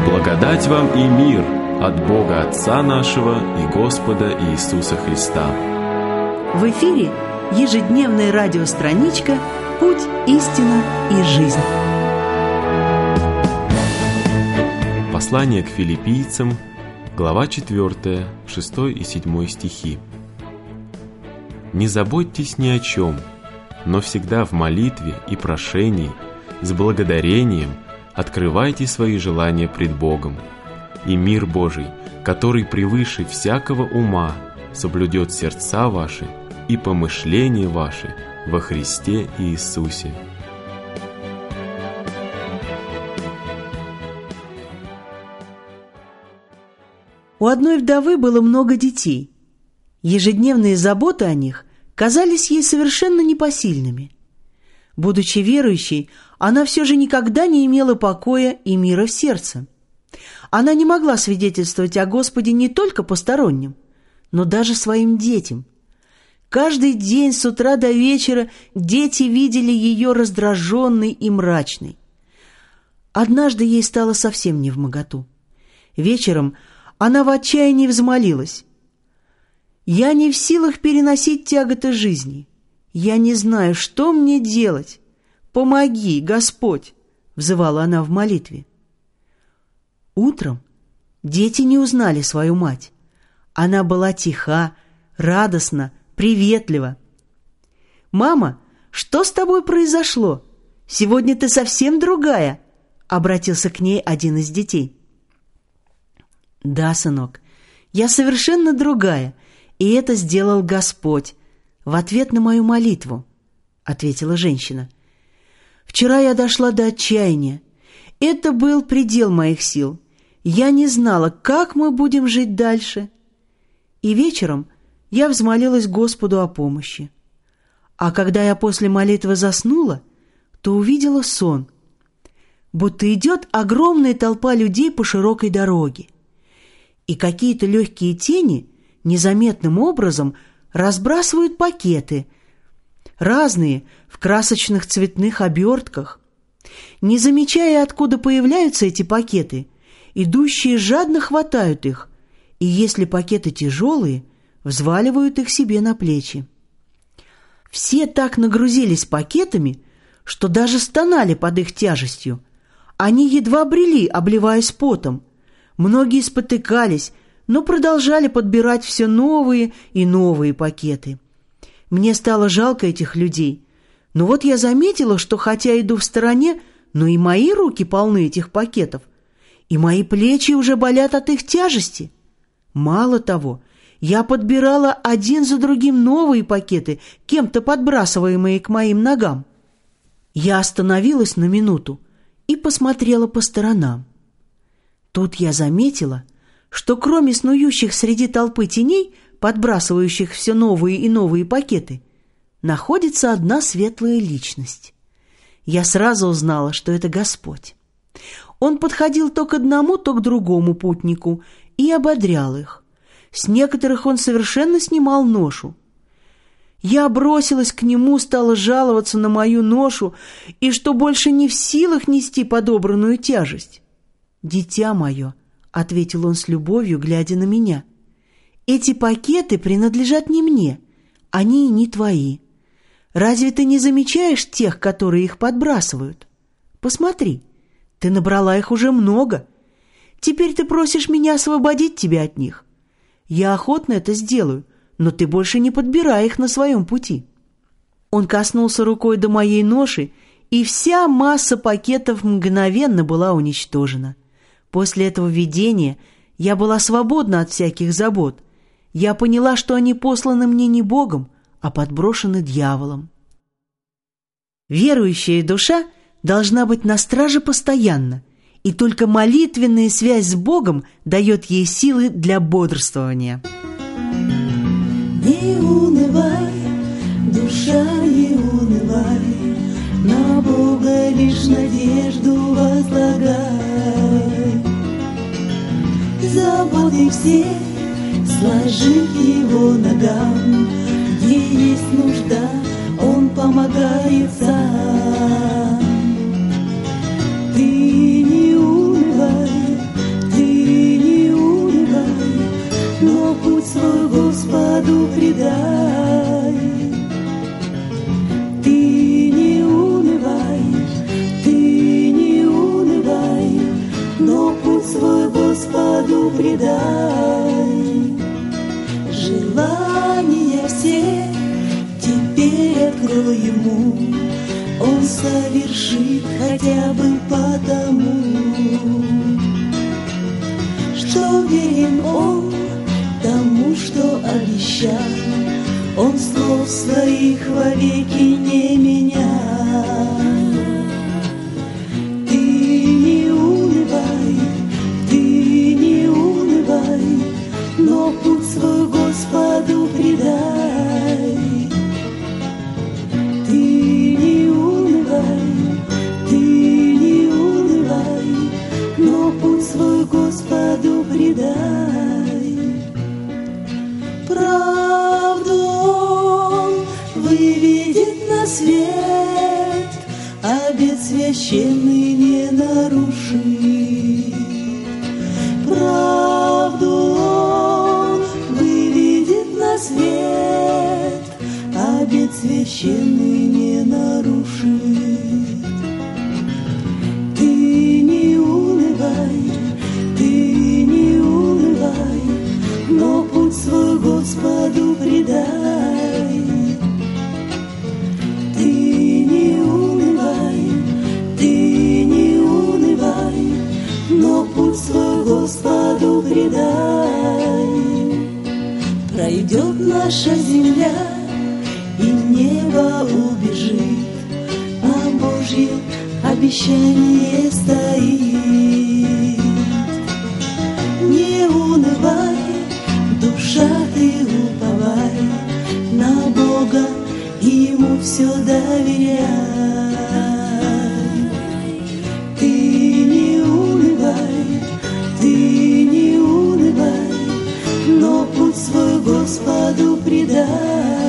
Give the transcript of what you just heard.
Благодать вам и мир от Бога Отца нашего и Господа Иисуса Христа. В эфире ежедневная радиостраничка «Путь, истина и жизнь». Послание к филиппийцам, глава 4, 6 и 7 стихи. «Не заботьтесь ни о чем, но всегда в молитве и прошении, с благодарением открывайте свои желания пред Богом, и мир Божий, который превыше всякого ума, соблюдет сердца ваши и помышления ваши во Христе Иисусе». У одной вдовы было много детей. Ежедневные заботы о них казались ей совершенно непосильными. Будучи верующей, она все же никогда не имела покоя и мира в сердце. Она не могла свидетельствовать о Господе не только посторонним, но даже своим детям. Каждый день с утра до вечера дети видели ее раздраженной и мрачной. Однажды ей стало совсем невмоготу. Вечером она в отчаянии взмолилась: «Я не в силах переносить тяготы жизни. Я не знаю, что мне делать. Помоги, Господь!» — взывала она в молитве. Утром дети не узнали свою мать. Она была тиха, радостна, приветлива. «Мама, что с тобой произошло? Сегодня ты совсем другая!» — обратился к ней один из детей. «Да, сынок, я совершенно другая, и это сделал Господь в ответ на мою молитву», — ответила женщина. «Вчера я дошла до отчаяния. Это был предел моих сил. Я не знала, как мы будем жить дальше. И вечером я взмолилась Господу о помощи. А когда я после молитвы заснула, то увидела сон, будто идет огромная толпа людей по широкой дороге, и какие-то легкие тени незаметным образом разбрасывают пакеты, разные, в красочных цветных обертках. Не замечая, откуда появляются эти пакеты, идущие жадно хватают их, и если пакеты тяжелые, взваливают их себе на плечи. Все так нагрузились пакетами, что даже стонали под их тяжестью. Они едва брели, обливаясь потом. Многие спотыкались, но продолжали подбирать все новые и новые пакеты. Мне стало жалко этих людей. Но вот я заметила, что хотя иду в стороне, но и мои руки полны этих пакетов, и мои плечи уже болят от их тяжести. Мало того, я подбирала один за другим новые пакеты, кем-то подбрасываемые к моим ногам. Я остановилась на минуту и посмотрела по сторонам. Тут я заметила, что кроме снующих среди толпы теней, подбрасывающих все новые и новые пакеты, находится одна светлая личность. Я сразу узнала, что это Господь. Он подходил то к одному, то к другому путнику и ободрял их. С некоторых он совершенно снимал ношу. Я бросилась к нему, стала жаловаться на мою ношу и что больше не в силах нести подобранную тяжесть. «Дитя мое», — ответил он с любовью, глядя на меня, — «эти пакеты принадлежат не мне, они не твои. Разве ты не замечаешь тех, которые их подбрасывают? Посмотри, ты набрала их уже много. Теперь ты просишь меня освободить тебя от них. Я охотно это сделаю, но ты больше не подбирай их на своем пути». Он коснулся рукой до моей ноши, и вся масса пакетов мгновенно была уничтожена. После этого видения я была свободна от всяких забот. Я поняла, что они посланы мне не Богом, а подброшены дьяволом. Верующая душа должна быть на страже постоянно, и только молитвенная связь с Богом дает ей силы для бодрствования. Не унывай, душа, не унывай, на Бога лишь надежду возлагай. Заботы все сложи к Его ногам, где есть нужда, Он помогает сам. Ты не унывай, предай. Желания все теперь открой ему, он совершит хотя бы потому, что верен он тому, что обещал, он слов своих вовеки не менял. Ты не унывай, но путь свой Господу предай. Ты не унывай, но путь свой Господу предай. Правду Он выведет на свет, обет священный не нарушит. Правду Он выведет на свет, обет священный не нарушит. Ты не унывай, но путь свой Господу предай. Ты не унывай, но путь свой Господу предай. Пройдет наша земля, и небо убежит, а Божье обещание стоит. Не унывай, душа, ты уповай на Бога, Ему все доверяй. Ты не унывай, но путь свой Господу предай.